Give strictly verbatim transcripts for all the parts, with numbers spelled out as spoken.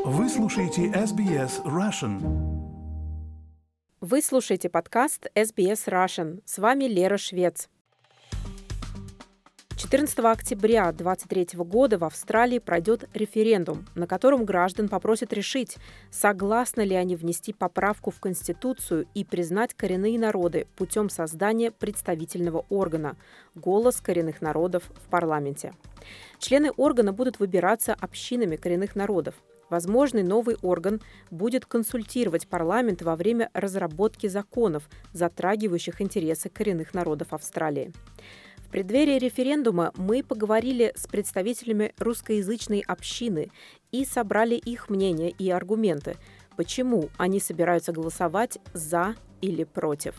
Вы слушаете эс би эс Russian. Вы слушаете подкаст эс би эс Russian. С вами Лера Швец. четырнадцатого октября две тысячи двадцать третьего года в Австралии пройдет референдум, на котором граждан попросят решить, согласны ли они внести поправку в Конституцию и признать коренные народы путем создания представительного органа «Голос коренных народов» в парламенте. Члены органа будут выбираться общинами коренных народов. Возможный новый орган будет консультировать парламент во время разработки законов, затрагивающих интересы коренных народов Австралии. В преддверии референдума мы поговорили с представителями русскоязычной общины и собрали их мнения и аргументы, почему они собираются голосовать за или против.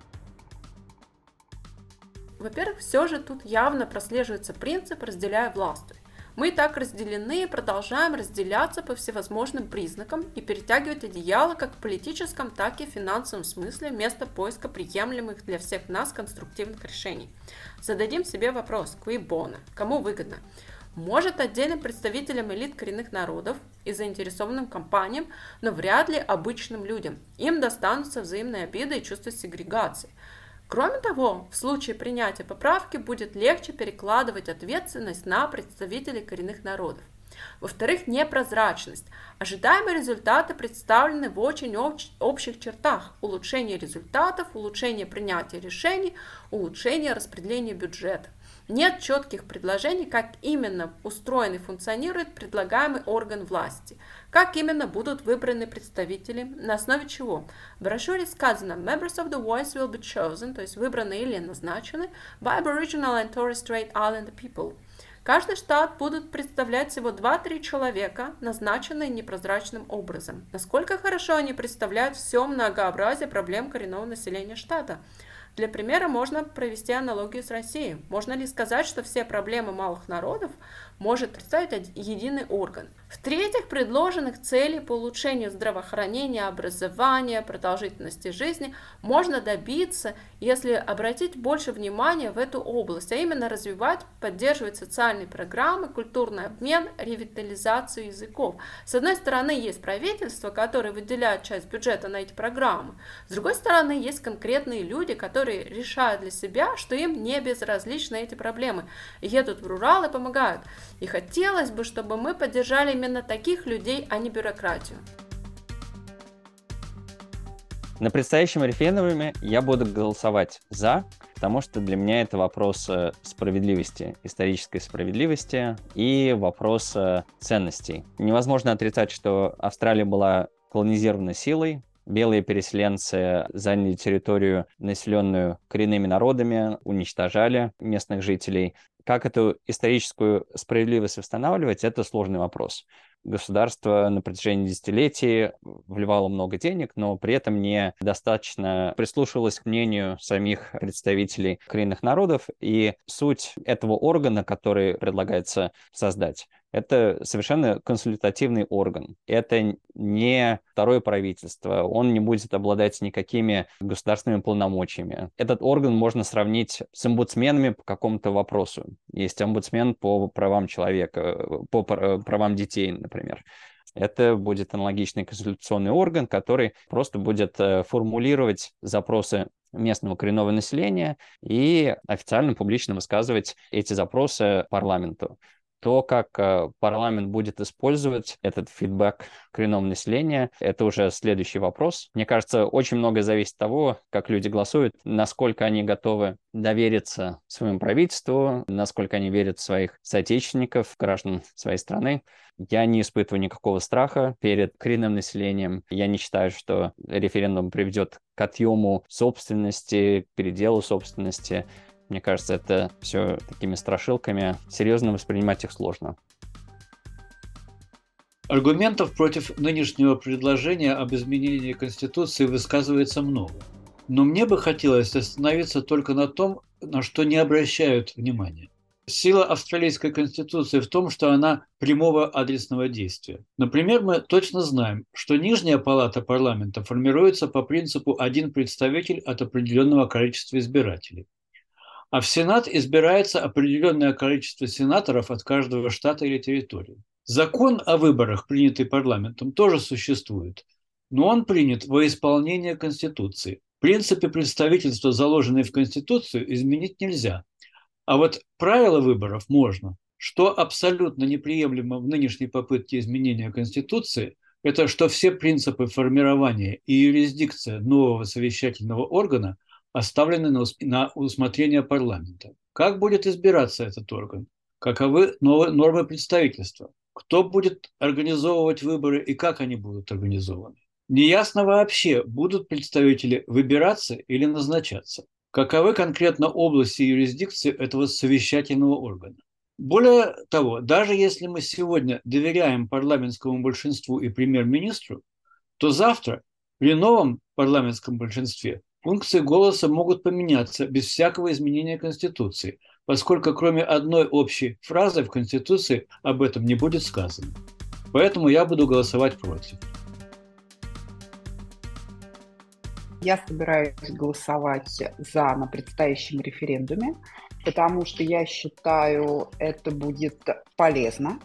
Во-первых, все же тут явно прослеживается принцип «разделяя властвуй». Мы и так разделены и продолжаем разделяться по всевозможным признакам и перетягивать одеяло как в политическом, так и в финансовом смысле вместо поиска приемлемых для всех нас конструктивных решений. Зададим себе вопрос «Cui bono?» – кому выгодно? Может, отдельным представителям элит коренных народов и заинтересованным компаниям, но вряд ли обычным людям. Им достанутся взаимные обиды и чувство сегрегации. Кроме того, в случае принятия поправки будет легче перекладывать ответственность на представителей коренных народов. Во-вторых, непрозрачность. Ожидаемые результаты представлены в очень общих чертах. Улучшение результатов, улучшение принятия решений, улучшение распределения бюджета. Нет четких предложений, как именно устроен и функционирует предлагаемый орган власти, как именно будут выбраны представители, на основе чего. В брошюре сказано «Members of the Voice will be chosen», то есть выбраны или назначены, by Aboriginal and Torres Strait Islander people. Каждый штат будут представлять всего два-три человека, назначенные непрозрачным образом. Насколько хорошо они представляют все многообразие проблем коренного населения штата? Для примера можно провести аналогию с Россией. Можно ли сказать, что все проблемы малых народов может представить единый орган? В-третьих, предложенных целей по улучшению здравоохранения, образования, продолжительности жизни можно добиться, если обратить больше внимания в эту область, а именно развивать, поддерживать социальные программы, культурный обмен, ревитализацию языков. С одной стороны, есть правительство, которое выделяет часть бюджета на эти программы. С другой стороны, есть конкретные люди, которые решают для себя, что им не безразличны эти проблемы, едут в рурал и помогают. И хотелось бы, чтобы мы поддержали именно таких людей, а не бюрократию. На предстоящем референдуме я буду голосовать «за», потому что для меня это вопрос справедливости, исторической справедливости и вопрос ценностей. Невозможно отрицать, что Австралия была колонизирована силой. Белые переселенцы заняли территорию, населенную коренными народами, уничтожали местных жителей. Как эту историческую справедливость восстанавливать, это сложный вопрос. Государство на протяжении десятилетий вливало много денег, но при этом недостаточно прислушивалось к мнению самих представителей коренных народов. И суть этого органа, который предлагается создать, это совершенно консультативный орган. Это не второе правительство. Он не будет обладать никакими государственными полномочиями. Этот орган можно сравнить с омбудсменами по какому-то вопросу. Есть омбудсмен по правам человека, по правам детей, например. Это будет аналогичный консультационный орган, который просто будет формулировать запросы местного коренного населения и официально, публично высказывать эти запросы парламенту. То, как парламент будет использовать этот фидбэк коренного населения, это уже следующий вопрос. Мне кажется, очень многое зависит от того, как люди голосуют, насколько они готовы довериться своему правительству, насколько они верят в своих соотечественников, граждан своей страны. Я не испытываю никакого страха перед коренным населением. Я не считаю, что референдум приведет к отъему собственности, к переделу собственности. Мне кажется, это все такими страшилками. Серьезно воспринимать их сложно. Аргументов против нынешнего предложения об изменении Конституции высказывается много. Но мне бы хотелось остановиться только на том, на что не обращают внимания. Сила австралийской Конституции в том, что она прямого адресного действия. Например, мы точно знаем, что нижняя палата парламента формируется по принципу один представитель от определенного количества избирателей. А в Сенат избирается определенное количество сенаторов от каждого штата или территории. Закон о выборах, принятый парламентом, тоже существует, но он принят во исполнение Конституции. Принципы представительства, заложенные в Конституцию, изменить нельзя. А вот правила выборов можно. Что абсолютно неприемлемо в нынешней попытке изменения Конституции, это что все принципы формирования и юрисдикция нового совещательного органа оставлены на усмотрение парламента. Как будет избираться этот орган? Каковы нормы представительства? Кто будет организовывать выборы и как они будут организованы? Неясно вообще, будут представители выбираться или назначаться. Каковы конкретно области юрисдикции этого совещательного органа? Более того, даже если мы сегодня доверяем парламентскому большинству и премьер-министру, то завтра при новом парламентском большинстве функции голоса могут поменяться без всякого изменения Конституции, поскольку кроме одной общей фразы в Конституции об этом не будет сказано. Поэтому я буду голосовать против. Я собираюсь голосовать за на предстоящем референдуме, потому что я считаю, это будет полезно.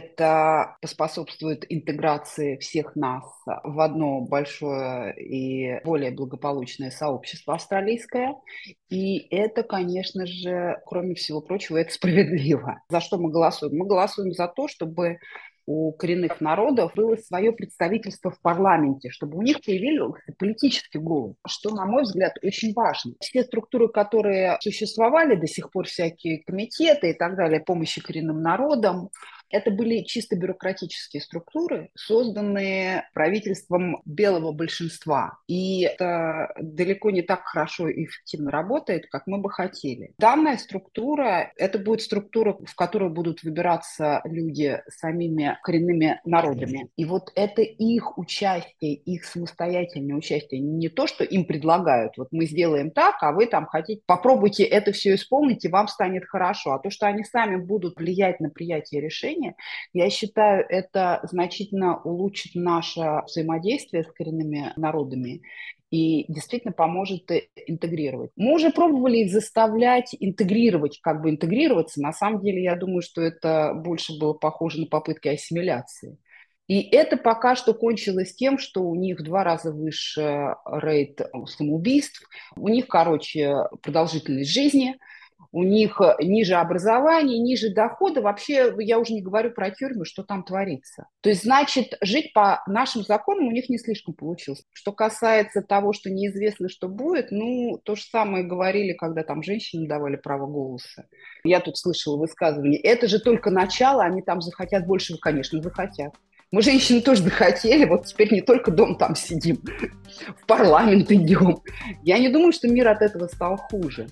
Это поспособствует интеграции всех нас в одно большое и более благополучное сообщество австралийское. И это, конечно же, кроме всего прочего, это справедливо. За что мы голосуем? Мы голосуем за то, чтобы у коренных народов было свое представительство в парламенте, чтобы у них появился политический голос, что, на мой взгляд, очень важно. Все структуры, которые существовали до сих пор, всякие комитеты и так далее, помощи коренным народам, это были чисто бюрократические структуры, созданные правительством белого большинства. И это далеко не так хорошо и эффективно работает, как мы бы хотели. Данная структура, это будет структура, в которой будут выбираться люди самими коренными народами. И вот это их участие, их самостоятельное участие, не то, что им предлагают, вот мы сделаем так, а вы там хотите, попробуйте это все исполнить, и вам станет хорошо. А то, что они сами будут влиять на принятие решения, я считаю, это значительно улучшит наше взаимодействие с коренными народами и действительно поможет интегрировать. Мы уже пробовали их заставлять интегрировать, как бы интегрироваться. На самом деле, я думаю, что это больше было похоже на попытки ассимиляции. И это пока что кончилось тем, что у них в два раза выше рейт самоубийств, у них, короче, продолжительность жизни, у них ниже образования, ниже дохода. Вообще, я уже не говорю про тюрьмы, что там творится. То есть, значит, жить по нашим законам у них не слишком получилось. Что касается того, что неизвестно, что будет, ну, то же самое говорили, когда там женщинам давали право голоса. Я тут слышала высказывание, это же только начало, они там захотят больше, конечно, захотят. Мы, женщины, тоже захотели, вот теперь не только дома там сидим, в парламент идем. Я не думаю, что мир от этого стал хуже.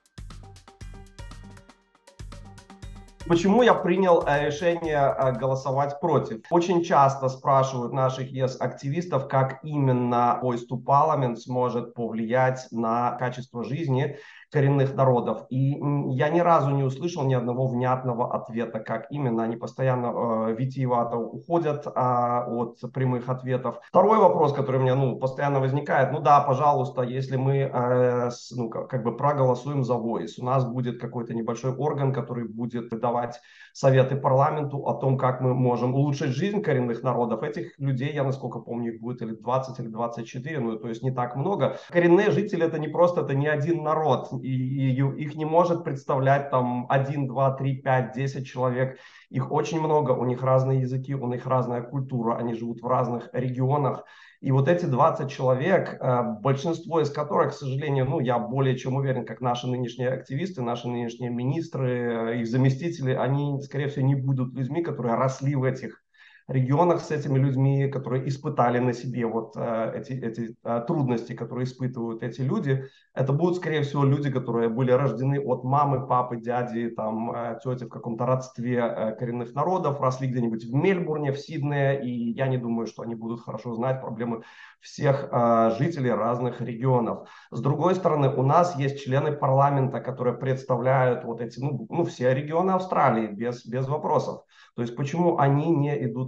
Почему я принял решение голосовать против? Очень часто спрашивают наших ЕС-активистов, как именно Voice to Parliament сможет повлиять на качество жизни коренных народов. И я ни разу не услышал ни одного внятного ответа, как именно. Они постоянно э, витиевато уходят э, от прямых ответов. Второй вопрос, который у меня ну, постоянно возникает. Ну да, пожалуйста, если мы э, с, ну, как, как бы проголосуем за Voice, у нас будет какой-то небольшой орган, который будет давать советы парламенту о том, как мы можем улучшить жизнь коренных народов. Этих людей, я насколько помню, их будет или двадцать, или двадцать четыре, ну то есть не так много. Коренные жители это не просто, это не один народ. И, и их не может представлять там один, два, три, пять, десять человек. Их очень много, у них разные языки, у них разная культура, они живут в разных регионах. И вот эти двадцать человек, большинство из которых, к сожалению, ну я более чем уверен, как наши нынешние активисты, наши нынешние министры, их заместители, они, скорее всего, не будут людьми, которые росли в этих регионах с этими людьми, которые испытали на себе вот э, эти, эти э, трудности, которые испытывают эти люди. Это будут, скорее всего, люди, которые были рождены от мамы, папы, дяди, там, э, тети в каком-то родстве э, коренных народов, росли где-нибудь в Мельбурне, в Сиднее, и я не думаю, что они будут хорошо знать проблемы всех э, жителей разных регионов. С другой стороны, у нас есть члены парламента, которые представляют вот эти, ну, ну все регионы Австралии, без, без вопросов. То есть почему они не идут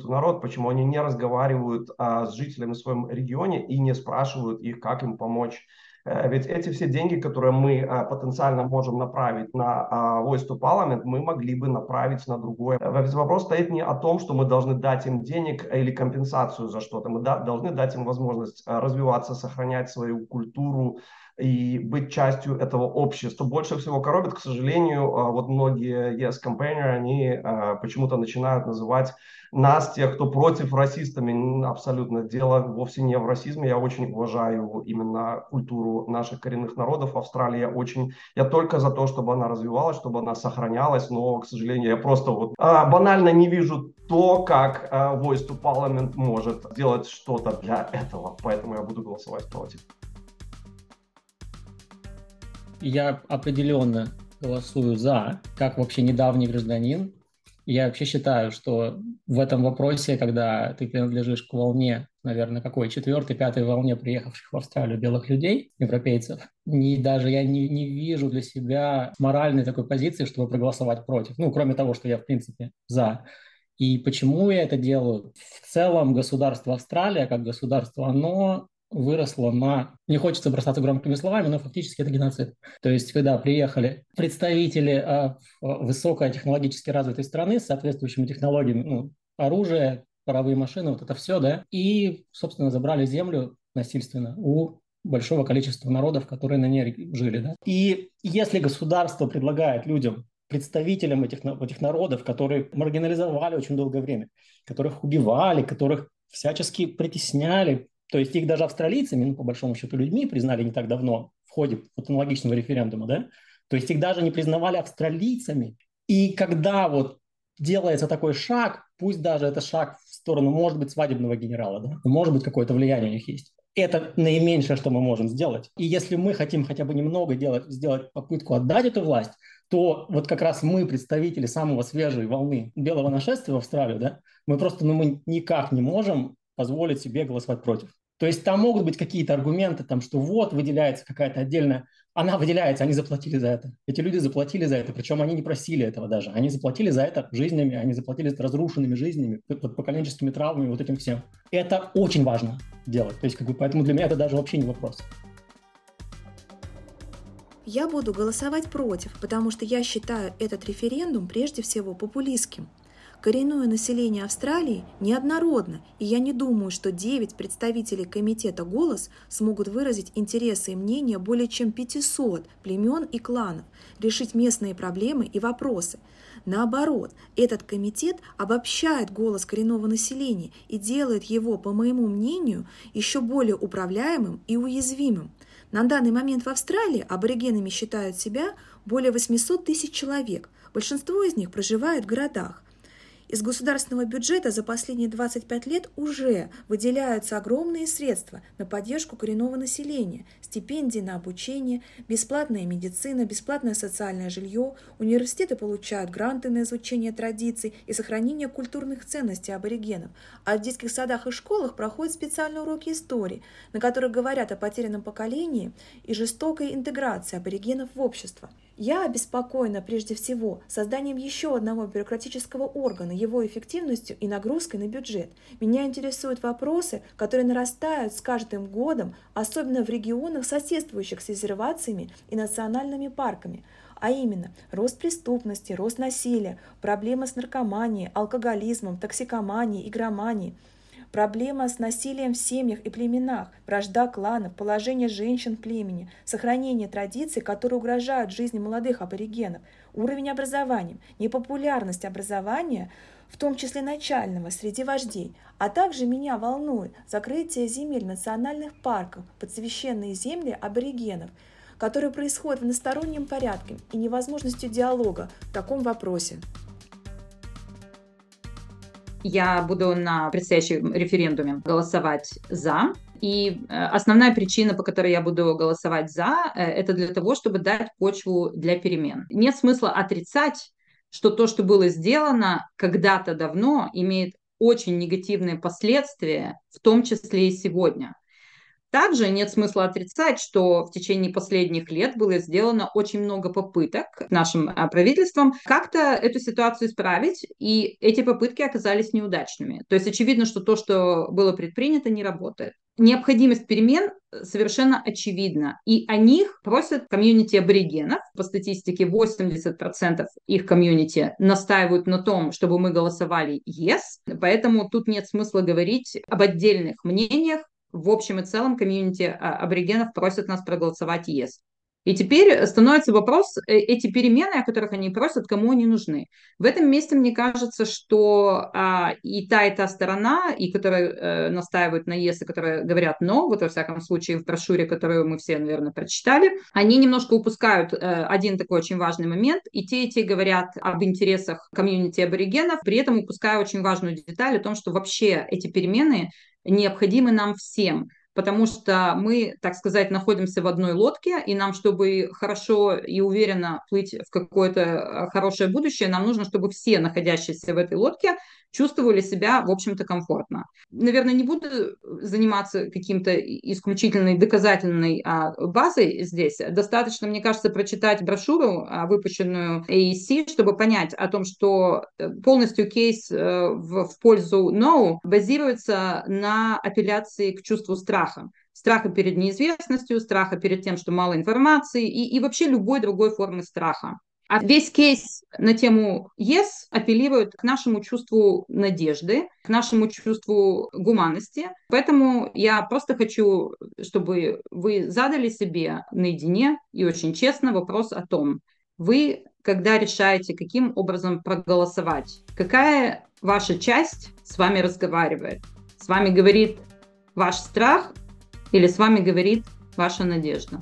идут в народ, почему они не разговаривают а, с жителями в своем регионе и не спрашивают их, как им помочь. Ведь эти все деньги, которые мы а, потенциально можем направить на а, Voice to Parliament, мы могли бы направить на другое. Ведь вопрос стоит не о том, что мы должны дать им денег или компенсацию за что-то. Мы да, должны дать им возможность а, развиваться, сохранять свою культуру и быть частью этого общества. Больше всего коробит, к сожалению, а, вот многие yes-кампейнеры, они а, почему-то начинают называть нас, тех, кто против расистами. Абсолютно дело вовсе не в расизме. Я очень уважаю именно культуру наших коренных народов. В Австралии я очень, я только за то, чтобы она развивалась, чтобы она сохранялась, но, к сожалению, я просто вот а, банально не вижу то, как а, Voice to Parliament может сделать что-то для этого. Поэтому я буду голосовать против. Я определенно голосую за, как вообще недавний гражданин. Я вообще считаю, что в этом вопросе, когда ты принадлежишь к волне, наверное, какой, четвертой, пятой волне приехавших в Австралию белых людей, европейцев, не, даже я не, не вижу для себя моральной такой позиции, чтобы проголосовать против. Ну, кроме того, что я, в принципе, за. И почему я это делаю? В целом государство Австралия, как государство, оно выросло на... Не хочется бросаться громкими словами, но фактически это геноцид. То есть, когда приехали представители э, высокотехнологически развитой страны с соответствующими технологиями, ну, оружие, паровые машины, вот это все, да, и, собственно, забрали землю насильственно у большого количества народов, которые на ней жили, да. И если государство предлагает людям, представителям этих, этих народов, которые маргинализовали очень долгое время, которых убивали, которых всячески притесняли, то есть их даже австралийцами, ну, по большому счету, людьми признали не так давно в ходе вот аналогичного референдума, да? То есть их даже не признавали австралийцами. И когда вот делается такой шаг, пусть даже это шаг в сторону, может быть, свадебного генерала, да? Может быть, какое-то влияние у них есть. Это наименьшее, что мы можем сделать. И если мы хотим хотя бы немного делать, сделать попытку отдать эту власть, то вот как раз мы, представители самого свежей волны белого нашествия в Австралию, да, мы просто, ну, мы никак не можем позволить себе голосовать против. То есть там могут быть какие-то аргументы, там, что вот выделяется какая-то отдельная, она выделяется, они заплатили за это. Эти люди заплатили за это, причем они не просили этого даже. Они заплатили за это жизнями, они заплатили за это разрушенными жизнями, под поколенческими травмами, вот этим всем. Это очень важно делать. То есть, как бы, поэтому для меня это даже вообще не вопрос. Я буду голосовать против, потому что я считаю этот референдум прежде всего популистским. Коренное население Австралии неоднородно, и я не думаю, что девять представителей комитета «Голос» смогут выразить интересы и мнения более чем пятисот племен и кланов, решить местные проблемы и вопросы. Наоборот, этот комитет обобщает голос коренного населения и делает его, по моему мнению, еще более управляемым и уязвимым. На данный момент в Австралии аборигенами считают себя более восемьсот тысяч человек, большинство из них проживают в городах. Из государственного бюджета за последние двадцать пять лет уже выделяются огромные средства на поддержку коренного населения, стипендии на обучение, бесплатная медицина, бесплатное социальное жилье, университеты получают гранты на изучение традиций и сохранение культурных ценностей аборигенов, а в детских садах и школах проходят специальные уроки истории, на которых говорят о потерянном поколении и жестокой интеграции аборигенов в общество. Я обеспокоена прежде всего созданием еще одного бюрократического органа, его эффективностью и нагрузкой на бюджет. Меня интересуют вопросы, которые нарастают с каждым годом, особенно в регионах, соседствующих с резервациями и национальными парками, а именно рост преступности, рост насилия, проблемы с наркоманией, алкоголизмом, токсикоманией, игроманией, проблема с насилием в семьях и племенах, вражда кланов, положение женщин в племени, сохранение традиций, которые угрожают жизни молодых аборигенов, уровень образования, непопулярность образования, в том числе начального, среди вождей. А также меня волнует закрытие земель национальных парков под священные земли аборигенов, которые происходят в одностороннем порядке и невозможностью диалога в таком вопросе. Я буду на предстоящем референдуме голосовать «за». И основная причина, по которой я буду голосовать «за», это для того, чтобы дать почву для перемен. Нет смысла отрицать, что то, что было сделано когда-то давно, имеет очень негативные последствия, в том числе и сегодня. Также нет смысла отрицать, что в течение последних лет было сделано очень много попыток нашим правительством как-то эту ситуацию исправить, и эти попытки оказались неудачными. То есть очевидно, что то, что было предпринято, не работает. Необходимость перемен совершенно очевидна, и о них просят комьюнити аборигенов. По статистике восемьдесят процентов их комьюнити настаивают на том, чтобы мы голосовали yes, поэтому тут нет смысла говорить об отдельных мнениях. В общем и целом комьюнити аборигенов просят нас проголосовать yes. И теперь становится вопрос, эти перемены, о которых они просят, кому они нужны. В этом месте мне кажется, что а, и та, и та сторона, и которые э, настаивают на yes, и которые говорят no, вот во всяком случае в брошюре, которую мы все, наверное, прочитали, они немножко упускают э, один такой очень важный момент, и те, и те говорят об интересах комьюнити аборигенов, при этом упуская очень важную деталь о том, что вообще эти перемены необходимы нам всем. Потому что мы, так сказать, находимся в одной лодке, и нам, чтобы хорошо и уверенно плыть в какое-то хорошее будущее, нам нужно, чтобы все находящиеся в этой лодке чувствовали себя, в общем-то, комфортно. Наверное, не буду заниматься каким-то исключительной доказательной а, базой здесь. Достаточно, мне кажется, прочитать брошюру, а, выпущенную эй и си, чтобы понять о том, что полностью кейс а, в, в пользу no базируется на апелляции к чувству страха. Страха перед неизвестностью, страха перед тем, что мало информации, и, и вообще любой другой формы страха. А весь кейс на тему yes апеллирует к нашему чувству надежды, к нашему чувству гуманности. Поэтому я просто хочу, чтобы вы задали себе наедине и очень честно вопрос о том, вы, когда решаете, каким образом проголосовать, какая ваша часть с вами разговаривает? С вами говорит ваш страх или с вами говорит ваша надежда?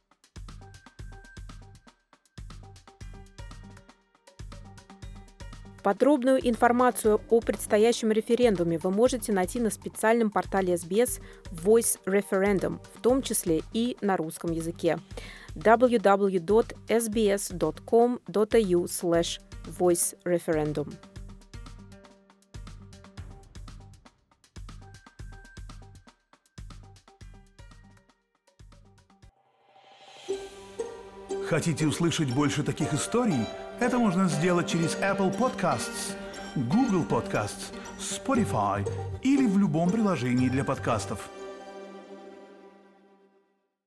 Подробную информацию о предстоящем референдуме вы можете найти на специальном портале эс би эс Voice Referendum, в том числе и на русском языке. дабл ю дабл ю дабл ю точка эс би эс точка ком точка эй ю слэш войс референдум. Хотите услышать больше таких историй? Это можно сделать через Apple Podcasts, Google Podcasts, Spotify или в любом приложении для подкастов.